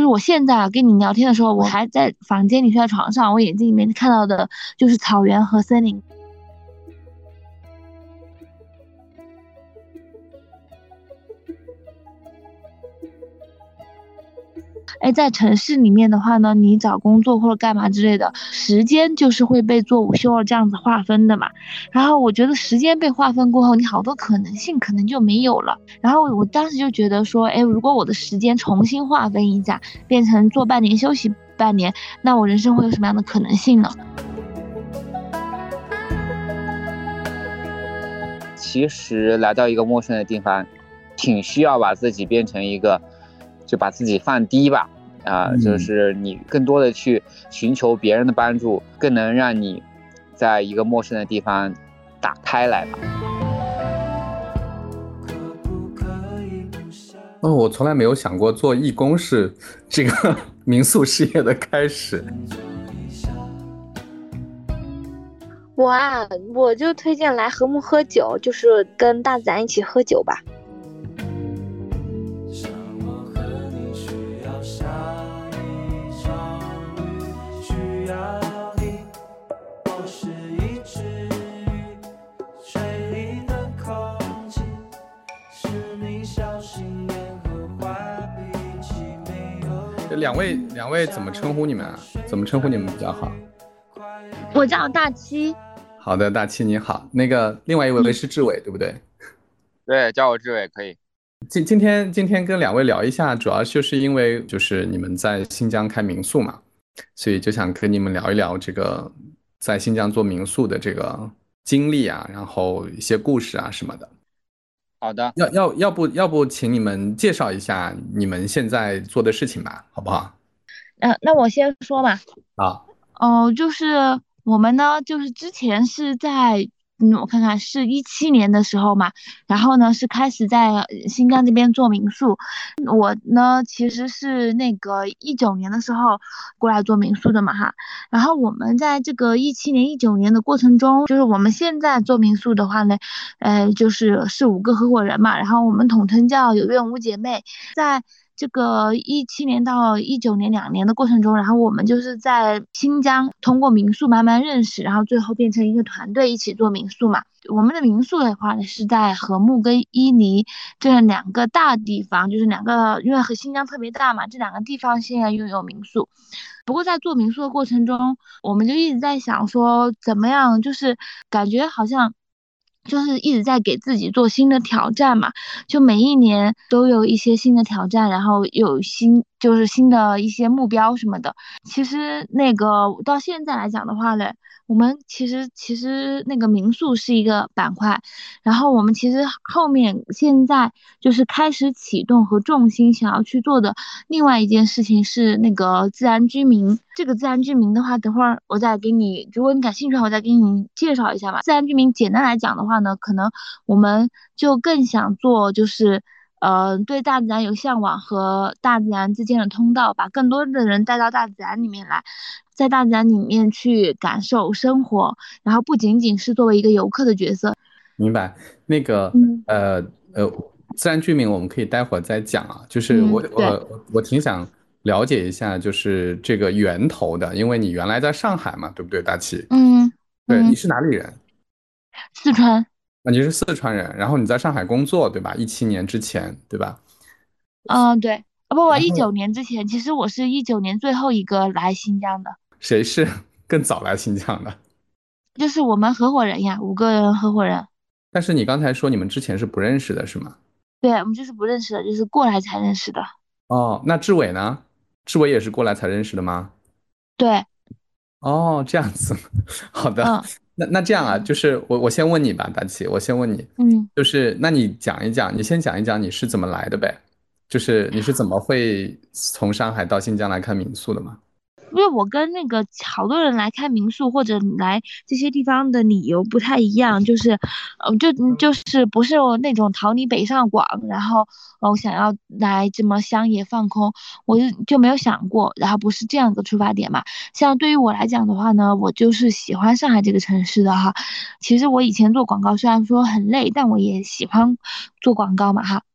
就是我现在跟你聊天的时候，我还在房间里睡在床上，我眼睛里面看到的就是草原和森林。哎，在城市里面的话呢，你找工作或者干嘛之类的，时间就是会被做午休这样子划分的嘛。然后我觉得时间被划分过后，你好多可能性可能就没有了。然后我当时就觉得说，哎，如果我的时间重新划分一下，变成做半年休息半年，那我人生会有什么样的可能性呢？ 其实来到一个陌生的地方，挺需要把自己变成一个，就把自己放低吧，就是你更多的去寻求别人的帮助，更能让你在一个陌生的地方打开来吧。 我从来没有想过做义工是这个民宿事业的开始。 我就推荐来和睦喝酒，就是跟大自然一起喝酒吧。 两位怎么称呼你们啊？怎么称呼你们比较好？ 我叫大七。 好的，大七你好。那个另外一位是志伟，对不对？ 对，叫我志伟可以。 今天跟两位聊一下，主要就是因为就是你们在新疆开民宿嘛，所以就想跟你们聊一聊这个在新疆做民宿的这个经历啊，然后一些故事啊什么的。 好的， 要不请你们介绍一下你们现在做的事情吧，好不好？ 那我先说吧。 好。 就是我们呢，就是之前是在，我看看是17年的时候嘛，然后呢是开始在新疆这边做民宿。我呢其实是那个19年的时候过来做民宿的嘛哈。然后我们在这个17年、19年的过程中，就是我们现在做民宿的话呢，就是5个合伙人嘛，然后我们统称叫有院五姐妹。在这个17年到19年2年的过程中，然后我们就是在新疆通过民宿慢慢认识，然后最后变成一个团队一起做民宿嘛。我们的民宿的话呢，是在和木跟伊犁这2个大地方，就是2个，因为和新疆特别大嘛，这2个地方现在拥有民宿。不过在做民宿的过程中，我们就一直在想说，怎么样，就是感觉好像就是一直在给自己做新的挑战嘛，就每一年都有一些新的挑战，然后有就是新的一些目标什么的。其实那个到现在来讲的话呢，我们其实那个民宿是一个板块，然后我们其实后面现在就是开始启动和重心想要去做的另外一件事情是那个自然居民。这个自然居民的话，等会儿我再给你，如果你感兴趣的话，我再给你介绍一下吧。自然居民简单来讲的话呢，可能我们就更想做就是。对大自然有向往和大自然之间的通道，把更多的人带到大自然里面来，在大自然里面去感受生活，然后不仅仅是作为一个游客的角色。 明白。那个嗯自然居民我们可以待会儿再讲啊。就是对。 我挺想了解一下，就是这个源头的，因为你原来在上海嘛，对不对，大齐？ 嗯对，你是哪里人？ 四川。 啊，你是四川人，然后你在上海工作，对吧？17年之前，对吧？ 对。不，一九然后年之前，其实我是19年最后一个来新疆的。 谁是更早来新疆的？ 就是我们合伙人呀，5个人合伙人。 但是你刚才说你们之前是不认识的，是吗？ 对，我们就是不认识的，就是过来才认识的。 哦，那志伟呢？志伟也是过来才认识的吗？ 对。 哦，这样子。好的。 嗯那这样啊，就是我先问你吧，大齐，我先问你， 嗯。 就是那你讲一讲，你先讲一讲你是怎么来的呗？就是你是怎么会从上海到新疆来看民宿的吗？ 因为我跟那个好多人来开民宿或者来这些地方的理由不太一样，就是，就是不是那种逃离北上广，然后我想要来这么乡野放空，我就没有想过，然后不是这样的出发点嘛。像对于我来讲的话呢，我就是喜欢上海这个城市的哈。其实我以前做广告虽然说很累，但我也喜欢做广告嘛哈。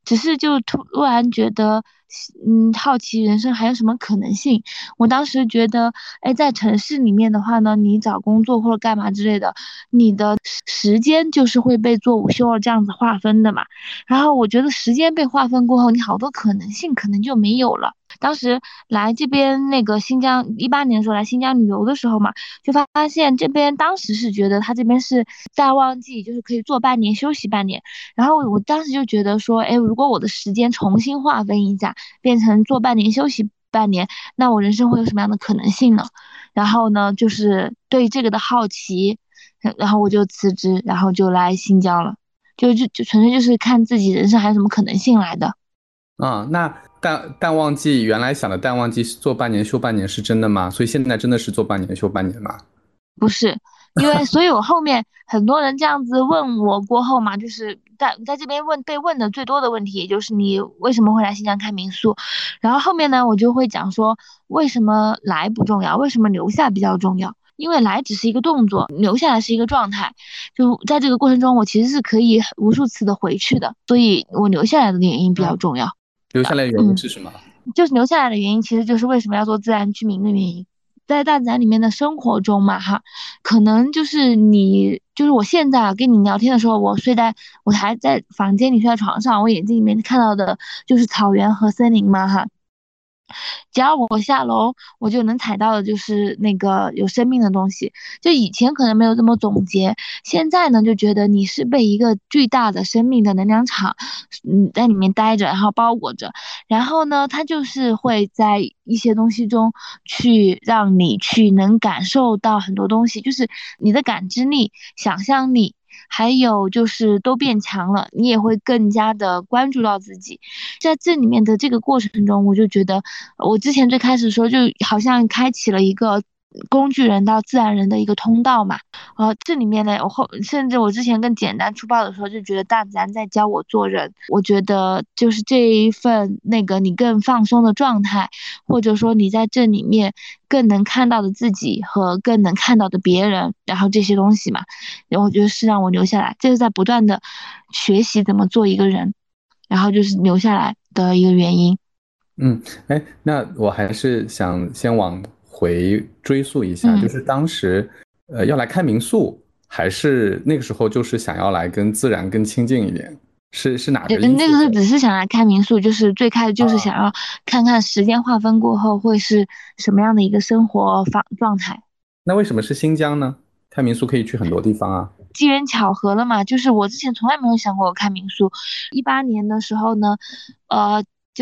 只是就突然觉得，好奇人生还有什么可能性。我当时觉得，哎，在城市里面的话呢，你找工作或者干嘛之类的，你的时间就是会被做午休这样子划分的嘛。然后我觉得时间被划分过后，你好多可能性可能就没有了。当时来这边那个新疆18年的时候来新疆旅游的时候嘛，就发现这边当时是觉得他这边是在旺季，就是可以做半年休息半年。然后我当时就觉得说，哎，如果我的时间重新划分一下，变成做半年休息半年，那我人生会有什么样的可能性呢？然后呢，就是对这个的好奇，然后我就辞职，然后就来新疆了，就纯粹就是看自己人生还有什么可能性来的。 啊，那淡旺季原来想的淡旺季是做半年休半年是真的吗？所以现在真的是做半年休半年吗？ 不是，因为所以我后面很多人这样子问我过后嘛，就是在这边被问的最多的问题，也就是你为什么会来新疆开民宿？然后后面呢，我就会讲说，为什么来不重要，为什么留下比较重要？因为来只是一个动作，留下来是一个状态。就在这个过程中，我其实是可以无数次的回去的，所以我留下来的原因比较重要。 留下来的原因嗯。 是什么？ 就是留下来的原因，其实就是为什么要做自然居民的原因。在大自然里面的生活中嘛，哈，可能就是就是我现在跟你聊天的时候，我还在房间里睡在床上，我眼睛里面看到的就是草原和森林嘛，哈。只要我下楼，我就能踩到的就是那个有生命的东西。就以前可能没有这么总结，现在呢就觉得你是被一个巨大的生命的能量场，在里面待着，然后包裹着，然后呢，它就是会在一些东西中去让你去能感受到很多东西，就是你的感知力、想象力。还有就是都变强了，你也会更加的关注到自己。在这里面的这个过程中，我就觉得，我之前最开始的时候就好像开启了一个工具人到自然人的一个通道嘛。这里面呢，甚至我之前更简单粗暴的时候，就觉得大自然在教我做人。我觉得就是这一份那个你更放松的状态，或者说你在这里面更能看到的自己和更能看到的别人，然后这些东西嘛，然后我觉得是让我留下来，这是在不断的学习怎么做一个人。然后就是留下来的一个原因。 嗯，哎，那我还是想先往回追溯一下，就嗯， 是当时要来开民宿，还是那个时候就是想要来跟自然更亲近一点，是哪个因那个是素在？ 只是想来开民宿，就是最开始就是想要看看时间划分过后会是什么样的一个生活状态。 那为什么是新疆呢？开民宿可以去很多地方啊。 机缘巧合了嘛，就是我之前从来没有想过我开民宿。18年的时候呢，呃，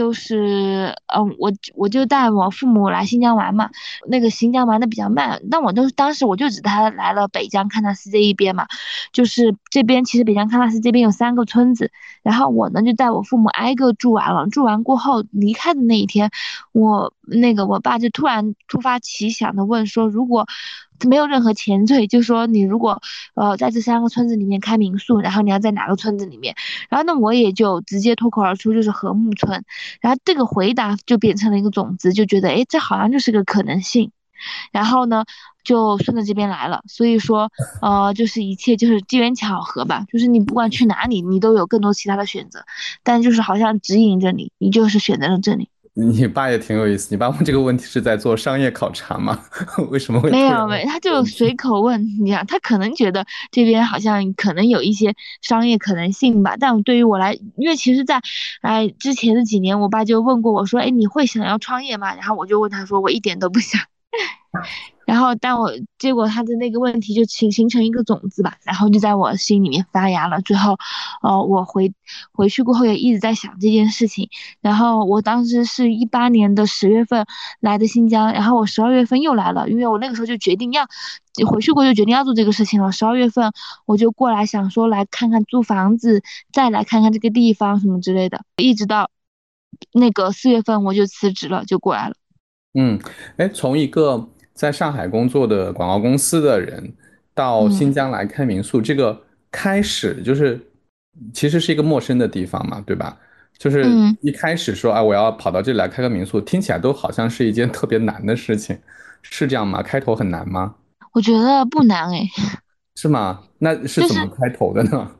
我就带我父母来新疆玩嘛，那个新疆玩的比较慢，但当时我就只带他来了北疆喀纳斯这一边嘛，就是这边其实北疆喀纳斯这边有3个村子，然后我呢就带我父母挨个住完了，住完过后离开的那一天，我爸就突发奇想的问说，如果没有任何前缀，就说你如果在这3个村子里面开民宿，然后你要在哪个村子里面？然后那我也就直接脱口而出就是禾木村，然后这个回答就变成了一个种子，就觉得诶这好像就是个可能性，然后呢就顺着这边来了。所以说就是一切就是机缘巧合吧，就是你不管去哪里，你都有更多其他的选择，但就是好像指引着你，你就是选择了这里。 你爸也挺有意思，你爸问这个问题是在做商业考察吗？为什么会突然问没有没有，他就这个问题？ 随口问你啊，他可能觉得这边好像可能有一些商业可能性吧，但对于我来，因为其实在，之前的几年，我爸就问过我说，哎，你会想要创业吗？然后我就问他说，我一点都不想。然后，结果他的那个问题就形成一个种子吧，然后就在我心里面发芽了。最后，我回去过后也一直在想这件事情。然后我当时是18年的10月份来的新疆，然后我12月份又来了，因为我那个时候就决定要回去过就决定要做这个事情了。12月份我就过来想说来看看租房子，再来看看这个地方什么之类的，一直到那个4月份我就辞职了，就过来了。 嗯，哎，从一个在上海工作的广告公司的人到新嗯疆来开民宿，这个开始就是其实是一个陌生的地方嘛，对吧？就是嗯。 一开始说，哎，我要跑到这里来开个民宿，听起来都好像是一件特别难的事情，是这样吗？开头很难吗？ 我觉得不难诶， 是吗？那是就是怎么开头的呢？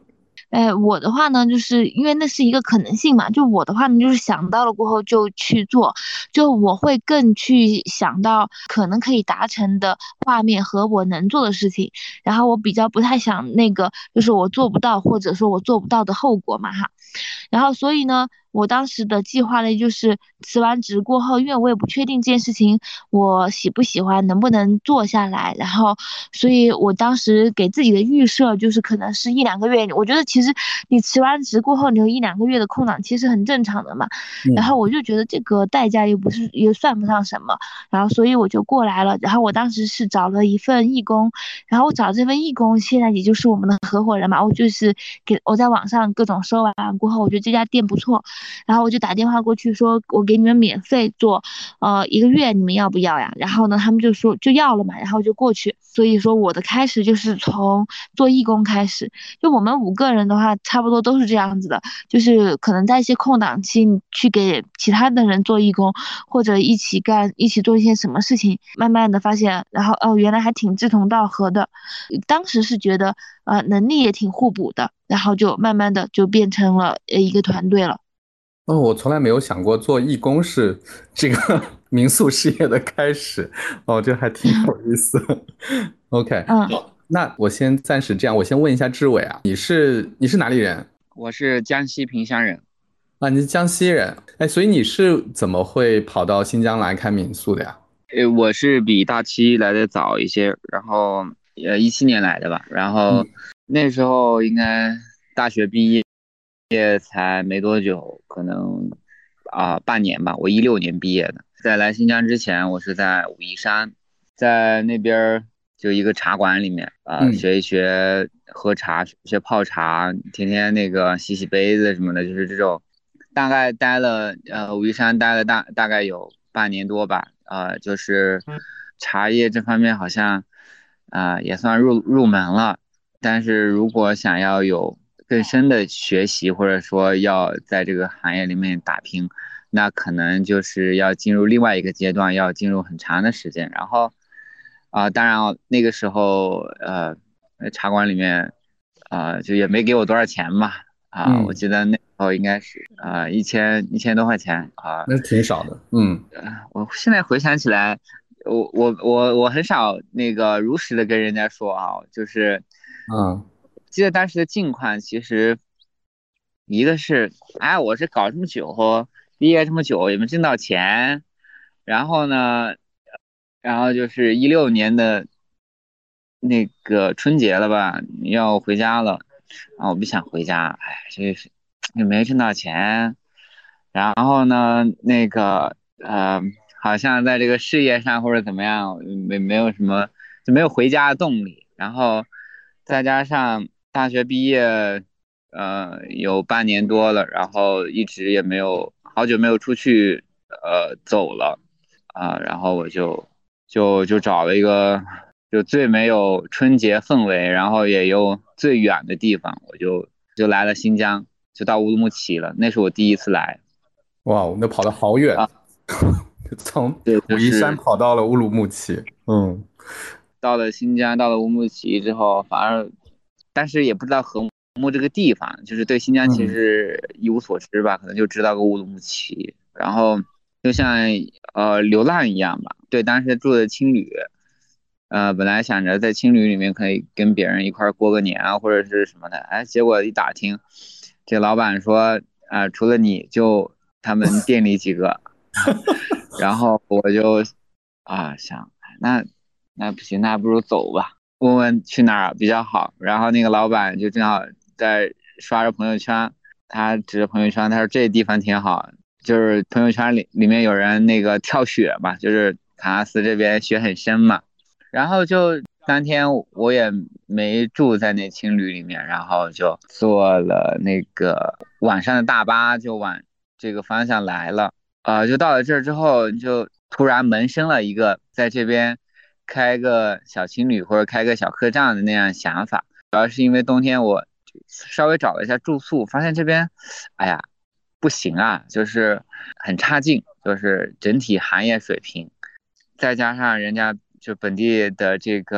我的话呢，就是因为那是一个可能性嘛，就我的话呢，就是想到了过后就去做，就我会更去想到可能可以达成的画面和我能做的事情，然后我比较不太想那个就是我做不到或者说我做不到的后果嘛哈。然后所以呢，我当时的计划呢，就是辞完职过后，因为我也不确定这件事情我喜不喜欢，能不能做下来，然后，所以我当时给自己的预设就是可能是一两个月。我觉得其实你辞完职过后，你有一两个月的空档，其实很正常的嘛。然后我就觉得这个代价又不是也算不上什么，然后所以我就过来了。然后我当时是找了一份义工，然后我找这份义工现在也就是我们的合伙人嘛，我就是我在网上各种搜完过后，我觉得这家店不错，然后我就打电话过去说，我给你们免费做，一个月你们要不要呀？然后呢，他们就说就要了嘛，然后就过去。所以说我的开始就是从做义工开始，就我们5个人的话，差不多都是这样子的，就是可能在一些空档期，你去给其他的人做义工，或者一起干，一起做一些什么事情，慢慢的发现，然后哦，原来还挺志同道合的。当时是觉得能力也挺互补的，然后就慢慢的就变成了一个团队了。 哦，我从来没有想过做义工是这个民宿事业的开始。哦，这还挺有意思。OK， 嗯。 好，那我先暂时这样，我先问一下志伟啊，你是哪里人我是江西萍乡人。 啊？你是江西人，哎，所以你是怎么会跑到新疆来开民宿的呀？ 我是比大七来的早一些，然后17年来的吧，然后那时候应该大学毕业才没多久，可能半年吧。我16年毕业的，在来新疆之前，我是在武夷山，在那边就一个茶馆里面学一学喝茶，学学泡茶，天天那个洗洗杯子什么的，就是这种。大概待了武夷山待了大概有半年多吧，就是茶叶这方面好像也算入门了，但是如果想要有更深的学习，或者说要在这个行业里面打拼，那可能就是要进入另外一个阶段，要进入很长的时间。然后当然那个时候茶馆里面就也没给我多少钱嘛。我记得那时候应该是一千多块钱那是挺少的。 我现在回想起来，我很少那个如实的跟人家说就是嗯记得当时的境况，其实一个是我这搞这么久，毕业这么久也没挣到钱，然后呢，然后就是16年的那个春节了吧，要回家了。我不想回家，这是又没挣到钱，然后呢，那个好像在这个事业上或者怎么样，没有什么，就没有回家的动力，然后再加上大学毕业，有半年多了，然后一直也没有好久没有出去走了然后我就找了一个就最没有春节氛围，然后也有最远的地方，我就来了新疆，就到乌鲁木齐了。那是我第一次来。 哇，那跑得好远， 啊， 从对， 武夷山就是跑到了乌鲁木齐。 到了新疆，到了乌鲁木齐之后，反而，但是也不知道和睦这个地方，就是对新疆其实一无所知吧，可能就知道个乌鲁木齐，然后就像流浪一样吧。对，当时住的青旅，本来想着在青旅里面可以跟别人一块过个年或者是什么的，结果一打听，这老板说除了你就他们店里几个，然后我就想那不行，那还不如走吧，问问去哪儿比较好。然后那个老板就正好在刷着朋友圈，他指着朋友圈，他说这地方挺好，就是朋友圈里面有人那个跳雪嘛，就是喀纳斯这边雪很深嘛。然后就当天我也没住在那青旅里面，然后就坐了那个晚上的大巴，就往这个方向来了。就到了这儿之后，就突然萌生了一个在这边开个小青旅或者开个小客栈的那样想法。主要是因为冬天我稍微找了一下住宿，发现这边，哎呀，不行就是很差劲，就是整体行业水平，再加上人家就本地的这个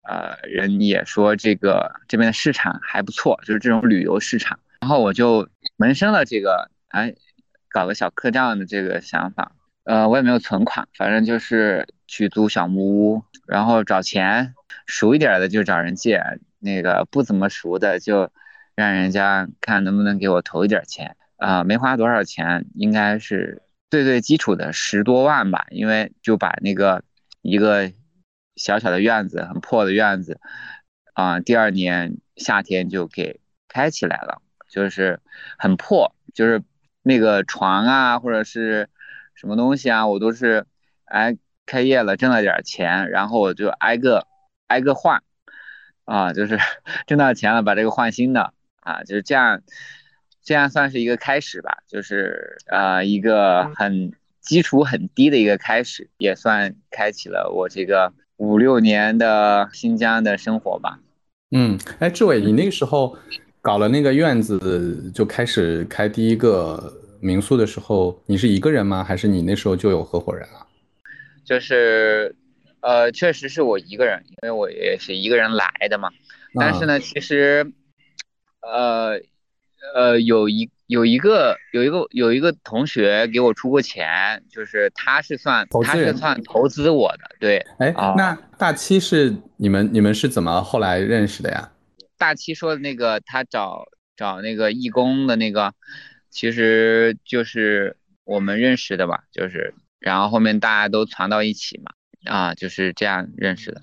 人也说这边的市场还不错，就是这种旅游市场。然后我就萌生了这个搞个小客栈的这个想法。我也没有存款，反正就是去租小木屋，然后找钱，熟一点的就找人借，那个不怎么熟的就让人家看能不能给我投一点钱。没花多少钱，应该是最基础的10多万吧，因为就把那个一个小小的院子，很破的院子，第二年夏天就给开起来了，就是很破，就是那个床啊或者是什么东西啊，我都是开业了挣了点钱，然后我就挨个换就是挣到钱了把这个换新的就是这样算是一个开始吧，就是一个很基础很低的一个开始，也算开启了我这个5、6年的新疆的生活吧。 志伟，你那个时候搞了那个院子，就开始开第一个民宿的时候，你是一个人吗？还是你那时候就有合伙人了？ 就是确实是我一个人，因为我也是一个人来的嘛。但是呢，其实呃有一个同学给我出过钱，就是他是算投资我的，对。 那大七是你们是怎么后来认识的呀？ 大七说的那个他找那个义工的那个，其实就是我们认识的吧，就是然后后面大家都传到一起嘛，就是这样认识的。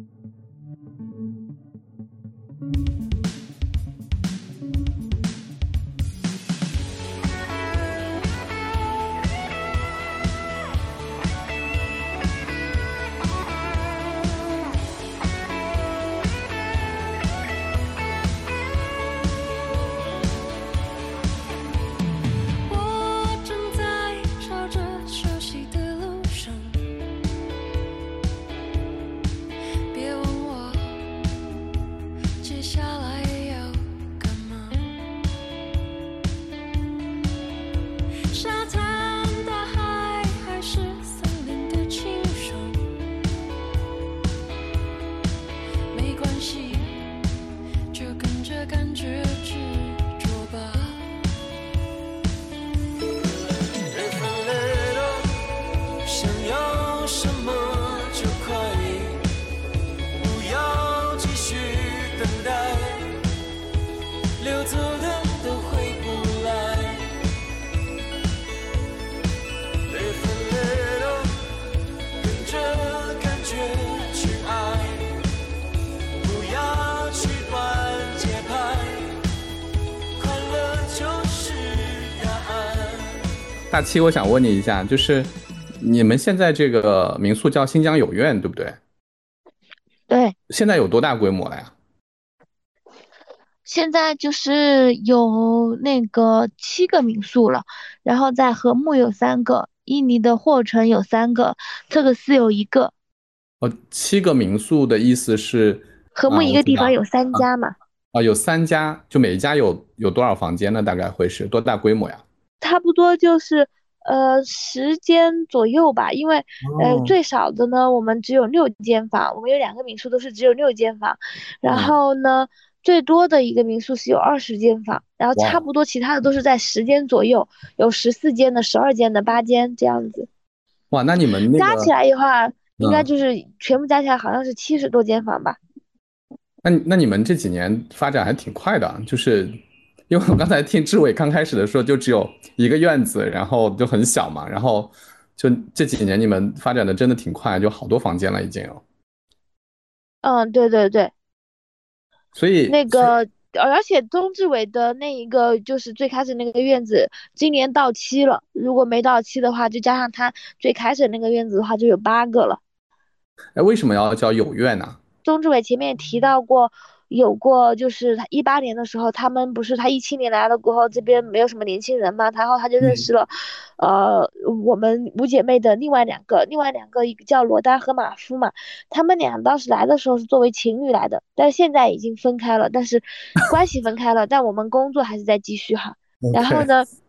大七，我想问你一下，就是你们现在这个民宿叫新疆有苑，对不对？ 对， 现在有多大规模了呀？ 现在就是有那个7个民宿了，然后在禾木有3个，印尼的霍城有3个，特克斯有1个。 7个民宿的意思是禾木一个地方有我知道 3家嘛？ 有3家，就每一家有多少房间呢？大概会是多大规模呀？ 差不多就是10间左右吧，因为最少的呢，我们只有6间房，我们有2个民宿都是只有6间房，然后呢，最多的一个民宿是有20间房，然后差不多其他的都是在10间左右，有14间的、12间的、8间这样子。 哇，那你们那个加起来的话，应该就是全部加起来好像是70多间房吧。 那你们这几年发展还挺快的，就是因为我刚才听志伟刚开始的时候就只有一个院子，然后就很小嘛，然后就这几年你们发展的真的挺快，就好多房间了已经有。 对对对。 所以那个，而且宗志伟的那一个就是最开始那个院子，今年到期了。如果没到期的话，就加上他最开始那个院子的话，就有8个了。 为什么要叫有院呢？ 宗志伟前面也提到过，有过就是他18年的时候，他们不是他17年来了过后，这边没有什么年轻人嘛，然后他就认识了，我们5姐妹的另外两个，一个叫罗丹和马夫嘛，他们俩当时来的时候是作为情侣来的，但是现在已经分开了，但是关系分开了，但我们工作还是在继续哈。然后呢，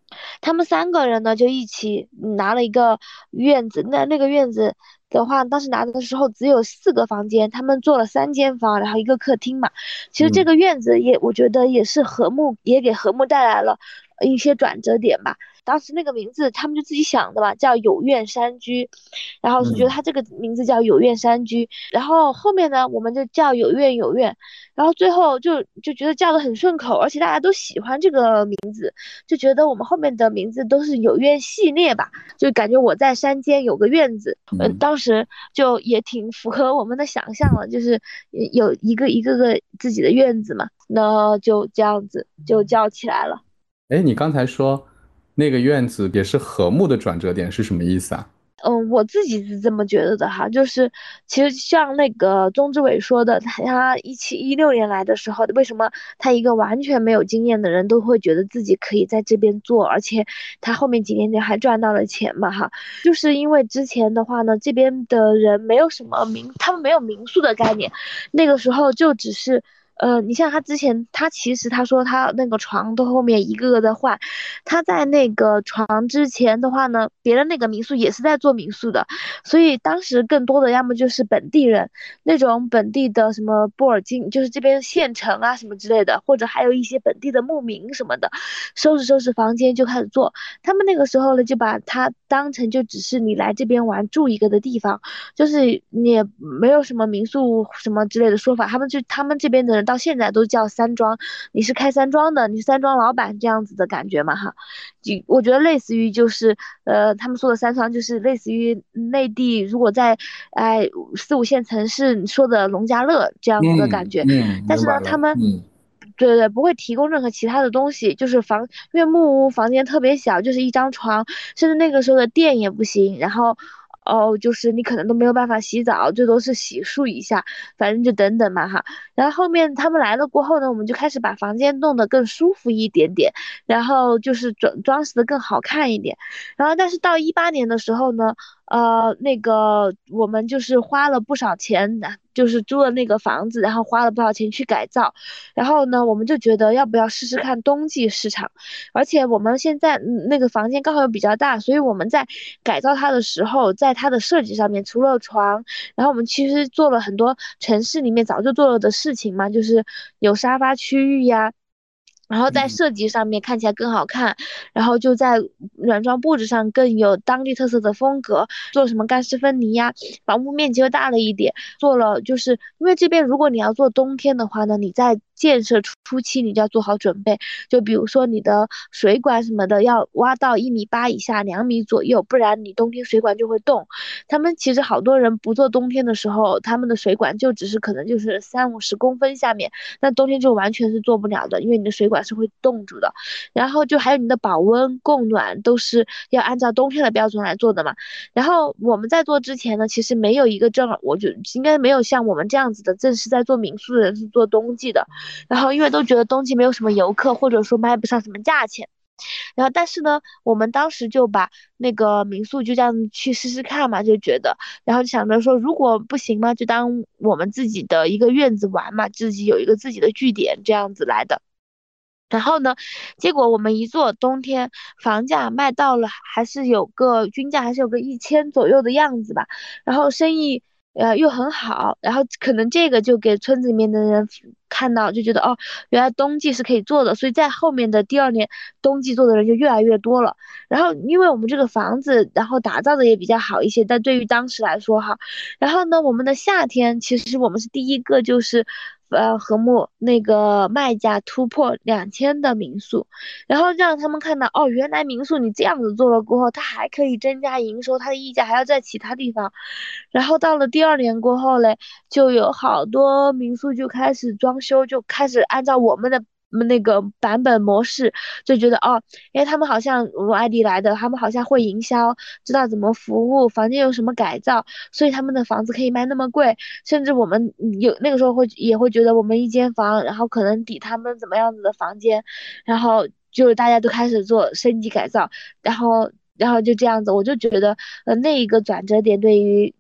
他们3个人呢就一起拿了一个院子，那个院子的话，当时拿的时候只有4个房间，他们做了3间房，然后一个客厅嘛。其实这嗯个院子也，我觉得也是和睦，也给和睦带来了一些转折点吧。当时那个名字他们就自己想的嘛，叫有院山居，然后是觉得嗯。 他这个名字叫有院山居，然后后面呢我们就叫有院有院，然后最后就觉得叫的很顺口，而且大家都喜欢这个名字，就觉得我们后面的名字都是有院系列吧，就感觉我在山间有个院子， 嗯。 当时就也挺符合我们的想象了，就是有一个个自己的院子嘛，那就这样子就叫起来了。 哎，你刚才说那个院子也是和睦的转折点，是什么意思啊？ 我自己是这么觉得的哈，就是其实像那个钟志伟说的，他17、16年来的时候，为什么他一个完全没有经验的人都会觉得自己可以在这边做，而且他后面几年就还赚到了钱嘛哈，就是因为之前的话呢，这边的人没有什么他们没有民宿的概念，那个时候就只是。你像他之前，他其实他说他那个床都后面一个个的换，他在那个床之前的话呢，别人那个民宿也是在做民宿的，所以当时更多的要么就是本地人，那种本地的什么波尔津，就是这边县城啊什么之类的，或者还有一些本地的牧民什么的，收拾收拾房间就开始做。他们那个时候呢，就把它当成就只是你来这边玩住一个的地方，就是你也没有什么民宿什么之类的说法，他们这边的人到现在都叫山庄，你是开山庄的，你是山庄老板这样子的感觉嘛哈。我觉得类似于就是他们说的山庄就是类似于内地如果在4、5线城市你说的农家乐这样子的感觉，但是呢， 明白了。 他们对对不会提供任何其他的东西，就是因为木屋房间特别小，就是一张床，甚至那个时候的电也不行，然后。哦，就是你可能都没有办法洗澡，最多是洗漱一下，反正就等等嘛哈。然后后面他们来了过后呢，我们就开始把房间弄得更舒服一点点，然后就是装饰的更好看一点。然后但是到18年的时候呢，那个我们就是花了不少钱，就是租了那个房子，然后花了不少钱去改造。然后呢，我们就觉得要不要试试看冬季市场，而且我们现在那个房间刚好又比较大，所以我们在改造它的时候，在它的设计上面，除了床，然后我们其实做了很多城市里面早就做了的事情嘛，就是有沙发区域呀。然后在设计上面看起来更好看，然后就在软装布置上更有当地特色的风格，做什么干湿分离呀，房屋面积又大了一点，做了就是因为这边如果你要做冬天的话呢，你在建设初期你就要做好准备，就比如说你的水管什么的要挖到1.8米以下2米左右，不然你冬天水管就会冻。他们其实好多人不做冬天的时候，他们的水管就只是可能就是30-50公分下面，那冬天就完全是做不了的，因为你的水管是会冻住的。然后就还有你的保温、供暖都是要按照冬天的标准来做的嘛。然后我们在做之前呢，其实没有一个我觉得应该没有像我们这样子的正式在做民宿的人是做冬季的。然后因为都觉得冬季没有什么游客，或者说卖不上什么价钱。然后，但是呢，我们当时就把那个民宿就这样去试试看嘛，就觉得，然后就想着说，如果不行嘛，就当我们自己的一个院子玩嘛，自己有一个自己的据点这样子来的。然后呢，结果我们一做，冬天房价卖到了，还是有个均价，还是有个1000左右的样子吧。然后生意又很好，然后可能这个就给村子里面的人看到，就觉得哦，原来冬季是可以做的，所以在后面的第2年冬季做的人就越来越多了。然后因为我们这个房子，然后打造的也比较好一些，但对于当时来说哈，然后呢，我们的夏天其实我们是第一个就是。和睦那个卖价突破2000的民宿，然后让他们看到哦，原来民宿你这样子做了过后，它还可以增加营收，它的溢价还要在其他地方。然后到了第2年过后嘞，就有好多民宿就开始装修，就开始按照我们的那个版本模式，就觉得哦，因为他们好像外地来的，他们好像会营销，知道怎么服务，房间有什么改造，所以他们的房子可以卖那么贵，甚至我们那个时候也会觉得我们一间房，然后可能抵他们怎么样子的房间，然后就是大家都开始做升级改造，然后就这样子，我就觉得那一个转折点对于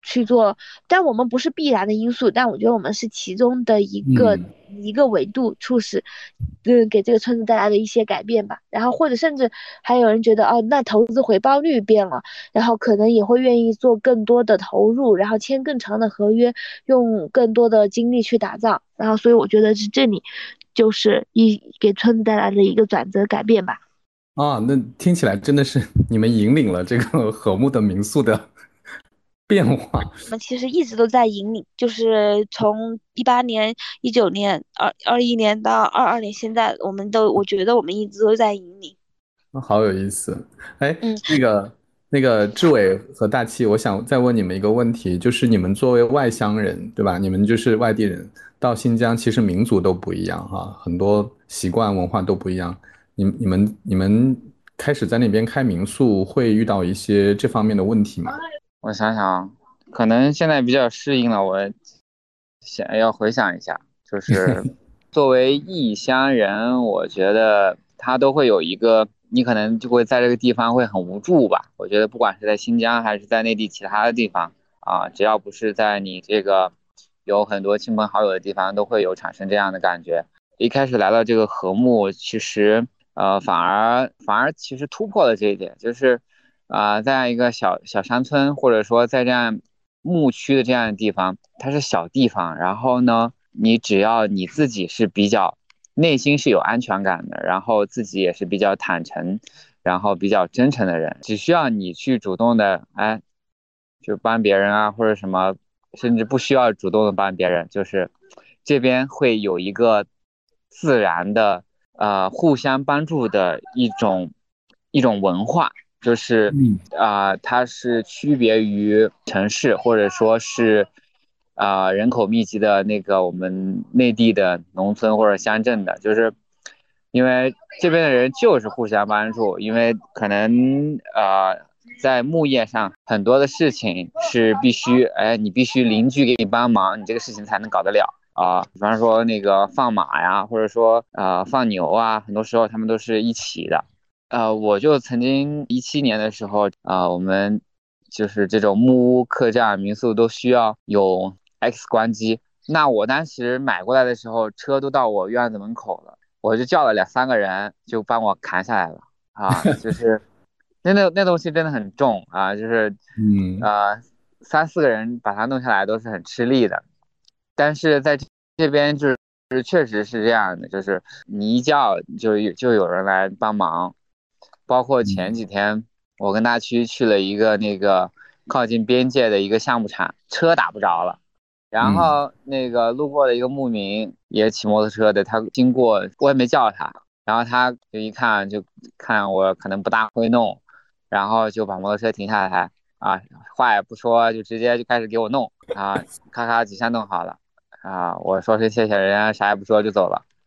去做，但我们不是必然的因素，但我觉得我们是其中的一个维度，促使给这个村子带来的一些改变吧。然后或者甚至还有人觉得，哦，那投资回报率变了，然后可能也会愿意做更多的投入，然后签更长的合约，用更多的精力去打造。然后所以我觉得是这里就是给村子带来的一个转折改变吧。 啊，那听起来真的是你们引领了这个和睦的民宿的变化。 我们其实一直都在引领，就是从18年、19年、21年到22年，现在我觉得我们一直都在引领。 好有意思。哎， 嗯， 那个志伟和大气，我想再问你们一个问题，就是你们作为外乡人，对吧？你们就是外地人，到新疆其实民族都不一样哈，很多习惯文化都不一样。你们开始在那边开民宿，会遇到一些这方面的问题吗？ 我想想，可能现在比较适应了。我想要回想一下，就是作为异乡人，我觉得他都会有一个，你可能就会在这个地方会很无助吧。我觉得不管是在新疆还是在内地其他的地方啊，只要不是在你这个有很多亲朋好友的地方，都会有产生这样的感觉。一开始来到这个和睦，其实反而其实突破了这一点，就是在一个小小山村，或者说在这样牧区的这样的地方，它是小地方，然后呢，你只要你自己是比较内心是有安全感的，然后自己也是比较坦诚，然后比较真诚的人，只需要你去主动的，哎，就帮别人啊，或者什么，甚至不需要主动的帮别人，就是这边会有一个自然的互相帮助的一种文化。就是它是区别于城市或者说是人口密集的那个我们内地的农村或者乡镇的，就是因为这边的人就是互相帮助，因为可能在牧业上很多的事情是必须，哎，你必须邻居给你帮忙，你这个事情才能搞得了。比方说那个放马呀，或者说放牛啊，很多时候他们都是一起的。我就曾经17年的时候，我们就是这种木屋、客栈、民宿都需要有 X 光机。那我当时买过来的时候，车都到我院子门口了，我就叫了2、3个人就帮我扛下来了。就是那东西真的很重啊，就是嗯 3、4个人把它弄下来都是很吃力的。但是在这边就是确实是这样的，就是你一叫就有人来帮忙。包括前嗯几天我跟大区去了一个那个靠近边界的一个项目场，车打不着了。然嗯后那个路过的一个牧民也骑摩托车的，他经过我也没叫他，然后他就一看就看我可能不大会弄，然后就把摩托车停下来话也不说就直接就开始给我弄咔咔几下弄好了我说声谢谢，人家啥也不说就走了。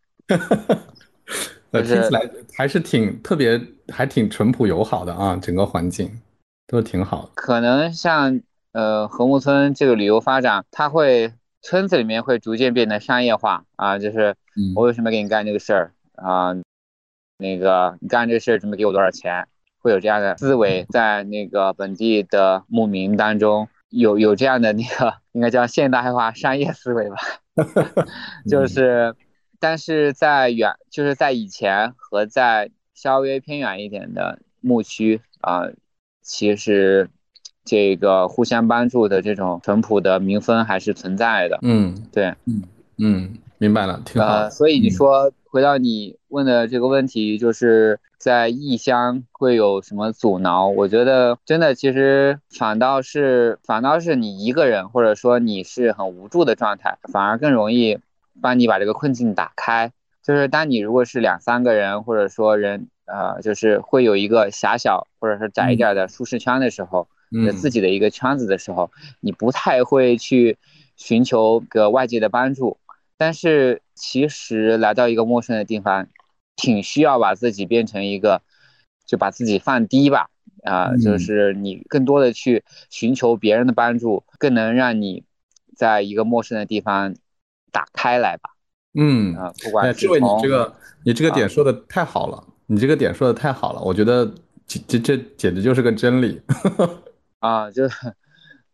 就是听起来还是挺特别，还挺淳朴友好的啊，整个环境都挺好的。 可能像和睦村这个旅游发展，它会村子里面会逐渐变得商业化就是我嗯为什么给你干这个事儿那个你干这个事儿准备给我多少钱，会有这样的思维在那个本地的牧民当中有这样的那个应该叫现代化商业思维吧。就嗯是，但是就是在以前和在稍微偏远一点的牧区其实这个互相帮助的这种淳朴的民风还是存在的。 嗯对。 明白了，挺好的。 所以你嗯说回到你问的这个问题，就是在异乡会有什么阻挠？我觉得真的其实反倒是你一个人，或者说你是很无助的状态，反而更容易帮你把这个困境打开。就是当你如果是2、3个人，或者说人就是会有一个狭小或者是窄一嗯点的舒适圈的时候，自嗯己的一个圈子的时候，你不太会去寻求个外界的帮助。但是其实来到一个陌生的地方，挺需要把自己变成一个，就把自己放低吧。就嗯是你更多的去寻求别人的帮助，更能让你在一个陌生的地方打开来吧。 嗯， 不管哎呀，志伟，你这是从个你这个点说的太好了，你这个点说的太好了，我觉得这简直就是个真理。 就是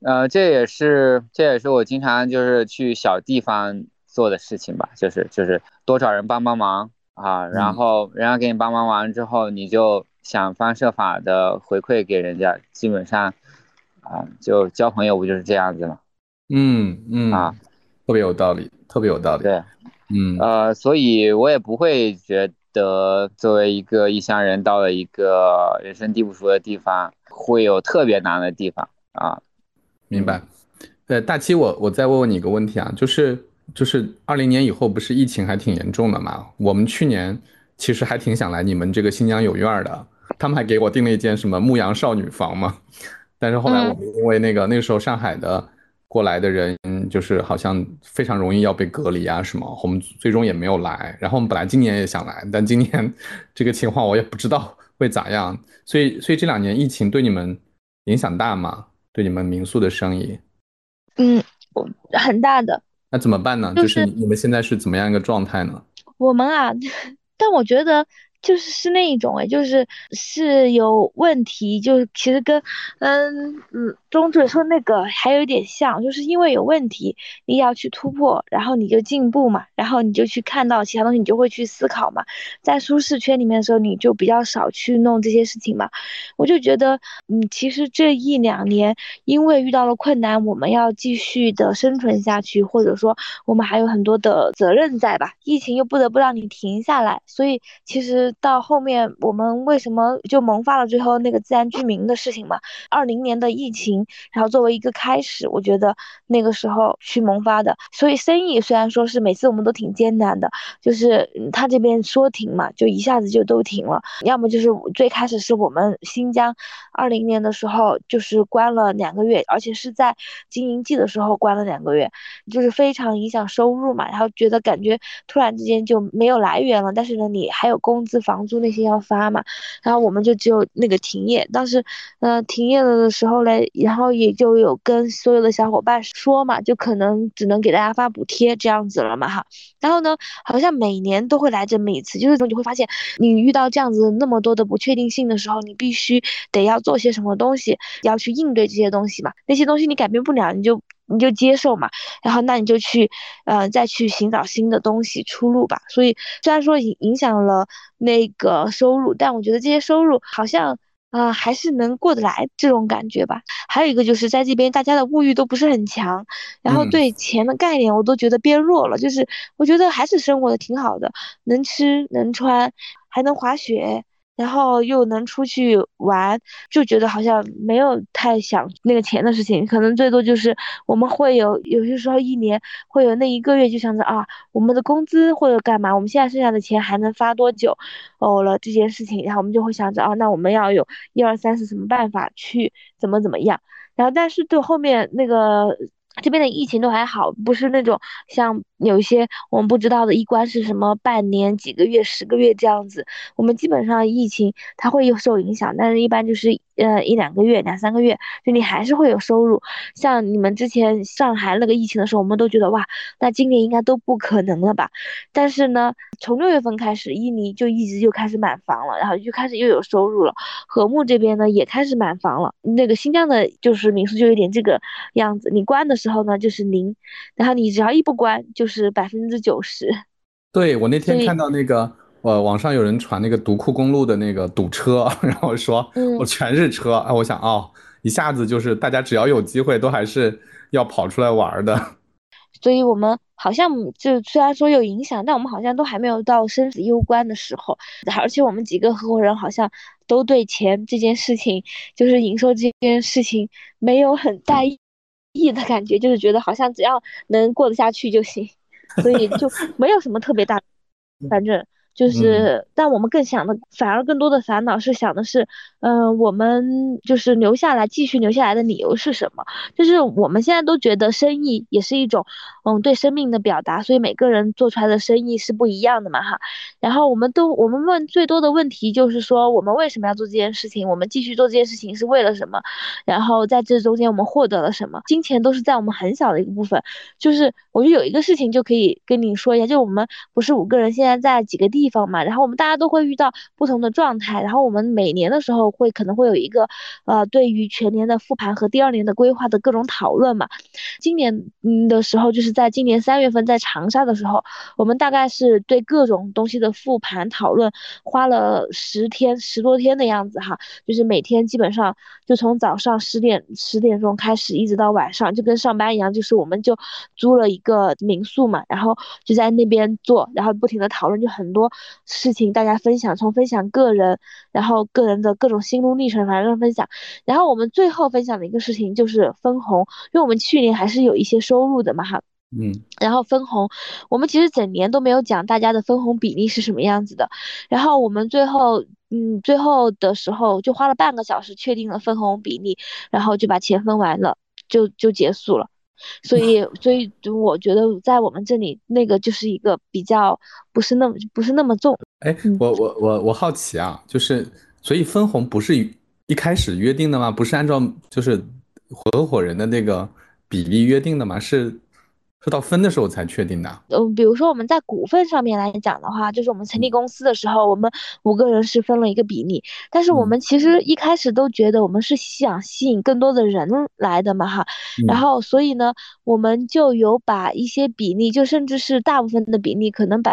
这也是我经常就是去小地方做的事情吧，就是多找人帮帮忙啊，然后人家给你帮帮忙之后，你就想方设法的回馈给人家，基本上就交朋友不就是这样子吗？啊， 特别有道理，特别有道理。 对， 嗯所以我也不会觉得作为一个异乡人到了一个人生地不熟的地方，会有特别难的地方啊。 明白。大七，我再问问你一个问题啊，就是20年以后不是疫情还挺严重的嘛？我们去年其实还挺想来你们这个新疆有院儿的，他们还给我订了一间什么牧羊少女房嘛。但是后来我嗯们因为那个时候上海的过来的人，就是好像非常容易要被隔离啊什么，我们最终也没有来。然后我们本来今年也想来，但今年这个情况我也不知道会咋样。所以这2年疫情对你们影响大吗？对你们民宿的生意？ 嗯，很大的。 那怎么办呢？就是你们现在是怎么样一个状态呢？ 我们啊，但我觉得是那一种是有问题，就是其实跟中嘴说那个还有一点像，就是因为有问题，你要去突破，然后你就进步嘛，然后你就去看到其他东西，你就会去思考嘛。在舒适圈里面的时候，你就比较少去弄这些事情嘛。我就觉得，其实这1、2年因为遇到了困难，我们要继续的生存下去，或者说我们还有很多的责任在吧。疫情又不得不让你停下来，所以其实到后面我们为什么就萌发了最后那个自然居民的事情嘛？20年的疫情，然后作为一个开始，我觉得那个时候去萌发的。所以生意虽然说是每次我们都挺艰难的，就是他这边说停嘛，就一下子就都停了。要么就是最开始是我们新疆20年的时候就是关了2个月，而且是在经营季的时候关了2个月，就是非常影响收入嘛。然后觉得感觉突然之间就没有来源了，但是呢，你还有工资、房租那些要发嘛，然后我们就只有那个停业。当时，停业了的时候嘞，然后也就有跟所有的小伙伴说嘛，就可能只能给大家发补贴这样子了嘛哈。然后呢，好像每年都会来这么一次，就是你会发现，你遇到这样子那么多的不确定性的时候，你必须得要做些什么东西，要去应对这些东西嘛。那些东西你改变不了，你就接受嘛，然后那你就去，再去寻找新的东西出路吧。所以虽然说影响了那个收入，但我觉得这些收入好像。还是能过得来这种感觉吧。还有一个就是在这边，大家的物欲都不是很强，然后嗯， 对钱的概念我都觉得变弱了。就是我觉得还是生活的挺好的，能吃能穿，还能滑雪，然后又能出去玩，就觉得好像没有太想那个钱的事情，可能最多就是我们会有些时候1年会有那1个月就想着啊，我们的工资或者干嘛，我们现在剩下的钱还能发多久，了这件事情，然后我们就会想着啊，那我们要有1、2、3、4什么办法去怎么样，然后但是对后面那个。这边的疫情都还好，不是那种像有一些我们不知道的一关是什么半年、几个月、10个月这样子。我们基本上疫情它会有受影响，但是一般就是1、2个月、2、3个月，就你还是会有收入。像你们之前上海那个疫情的时候，我们都觉得哇，那今年应该都不可能了吧？但是呢，从6月份开始，印尼就一直就开始满房了，然后就开始又有收入了。和睦这边呢也开始满房了，那个新疆的就是民宿就有点这个样子，你关的时候呢就是零，然后你只要一不关就是90%。 对，我那天看所以到那个，网上有人传那个独库公路的那个堵车，然后说我嗯。 全是车，啊，我想哦，一下子就是大家只要有机会都还是要跑出来玩儿的。 所以我们好像就虽然说有影响，但我们好像都还没有到生死攸关的时候，而且我们几个合伙人好像都对钱这件事情，就是营收这件事情没有很在意的感觉，就是觉得好像只要能过得下去就行，所以就没有什么特别大。反正就嗯是，但我们更想的，反而更多的烦恼是想的是，我们就是留下来，继续留下来的理由是什么？就是我们现在都觉得生意也是一种，对生命的表达，所以每个人做出来的生意是不一样的嘛，哈。然后我们问最多的问题就是说，我们为什么要做这件事情？我们继续做这件事情是为了什么？然后在这中间我们获得了什么？金钱都是在我们很小的一个部分。就是我觉得有一个事情就可以跟你说一下，就我们不是5个人现在在几个地地方嘛，然后我们大家都会遇到不同的状态，然后我们每年的时候可能会有一个对于全年的复盘和第二年的规划的各种讨论嘛。今年的时候，就是在今年3月份在长沙的时候，我们大概是对各种东西的复盘讨论，花了10多天的样子哈，就是每天基本上就从早上10点钟开始，一直到晚上，就跟上班一样，就是我们就租了一个民宿嘛，然后就在那边做，然后不停的讨论，就很多事情大家分享，从分享个人，然后个人的各种心路历程，反正分享，然后我们最后分享的一个事情就是分红，因为我们去年还是有一些收入的嘛哈。然后分红，我们其实整年都没有讲大家的分红比例是什么样子的。然后我们最后的时候就花了半个小时确定了分红比例，然后就把钱分完了，就结束了。所以我觉得在我们这里那个就是一个比较不是那么重。 哎，我好奇啊，就是所以分红不是一开始约定的吗？不是按照就是合伙人的那个比例约定的吗？是到分的时候才确定的。 比如说我们在股份上面来讲的话，就是我们成立公司的时候，我们5个人是分了一个比例，但是我们其实一开始都觉得我们是想吸引更多的人来的嘛哈，然后所以呢，我们就有把一些比例，就甚至是大部分的比例，可能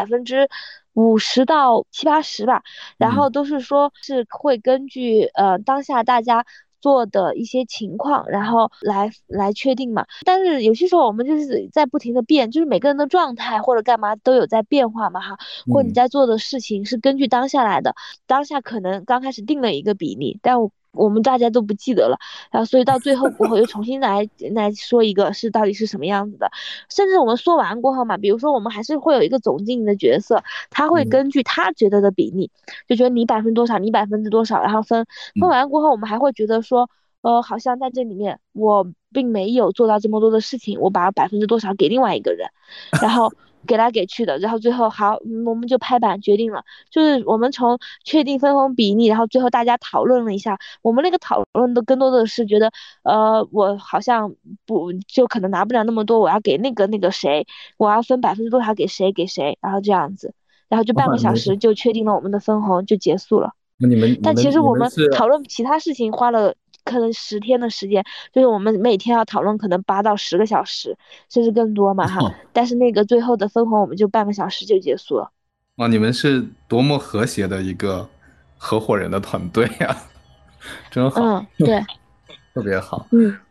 50%到70-80%吧，然后都是说是会根据当下大家做的一些情况，然后来确定嘛。但是有些时候我们就是在不停的变，就是每个人的状态或者干嘛都有在变化嘛哈，或者你在做的事情是根据当下来的，当下可能刚开始定了一个比例，但我们大家都不记得了，然后所以到最后过后又重新来说一个到底是什么样子的，甚至我们说完过后嘛，比如说我们还是会有一个总经理的角色，他会根据他觉得的比例，就觉得你多少，你多少，然后分完过后，我们还会觉得说，好像在这里面我并没有做到这么多的事情，我把多少给另外一个人，然后给来给去的，然后最后好，我们就拍板决定了，就是我们从确定分红比例，然后最后大家讨论了一下，我们那个讨论的更多的是觉得，我好像不就可能拿不了那么多，我要给那个谁，我要分多少给谁，然后这样子，然后就半个小时就确定了我们的分红，就结束了。但其实我们讨论其他事情花了可能10天的时间，就是我们每天要讨论可能8到10个小时，甚至更多嘛哈。但是那个最后的分红我们就半个小时就结束了。 哇，你们是多么和谐的一个合伙人的团队呀，真好。 对， 特别好。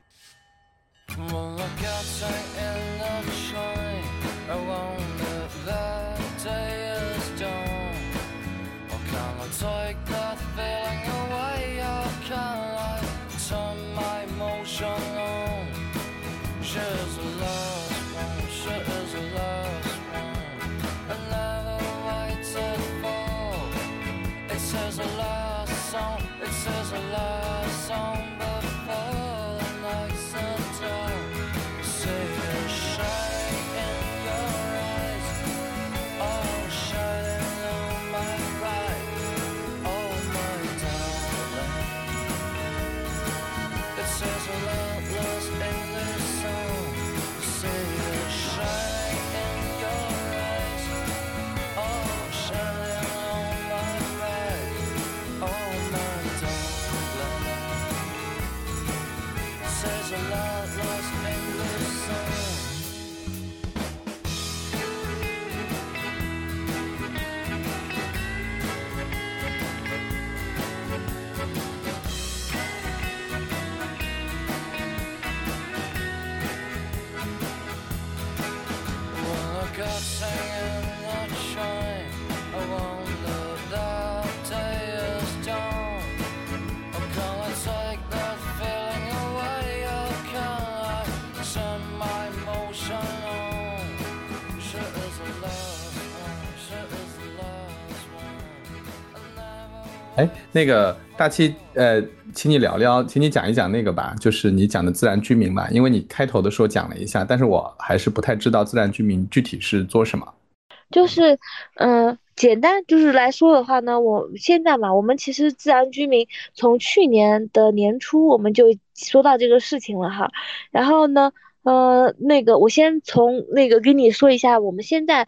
哎，那个大七，请你讲一讲那个吧，就是你讲的自然居民吧，因为你开头的时候讲了一下，但是我还是不太知道自然居民具体是做什么。 就是，简单就是来说的话呢，我现在嘛，我们其实自然居民从去年的年初我们就说到这个事情了哈，然后呢，那个我先从那个跟你说一下，我们现在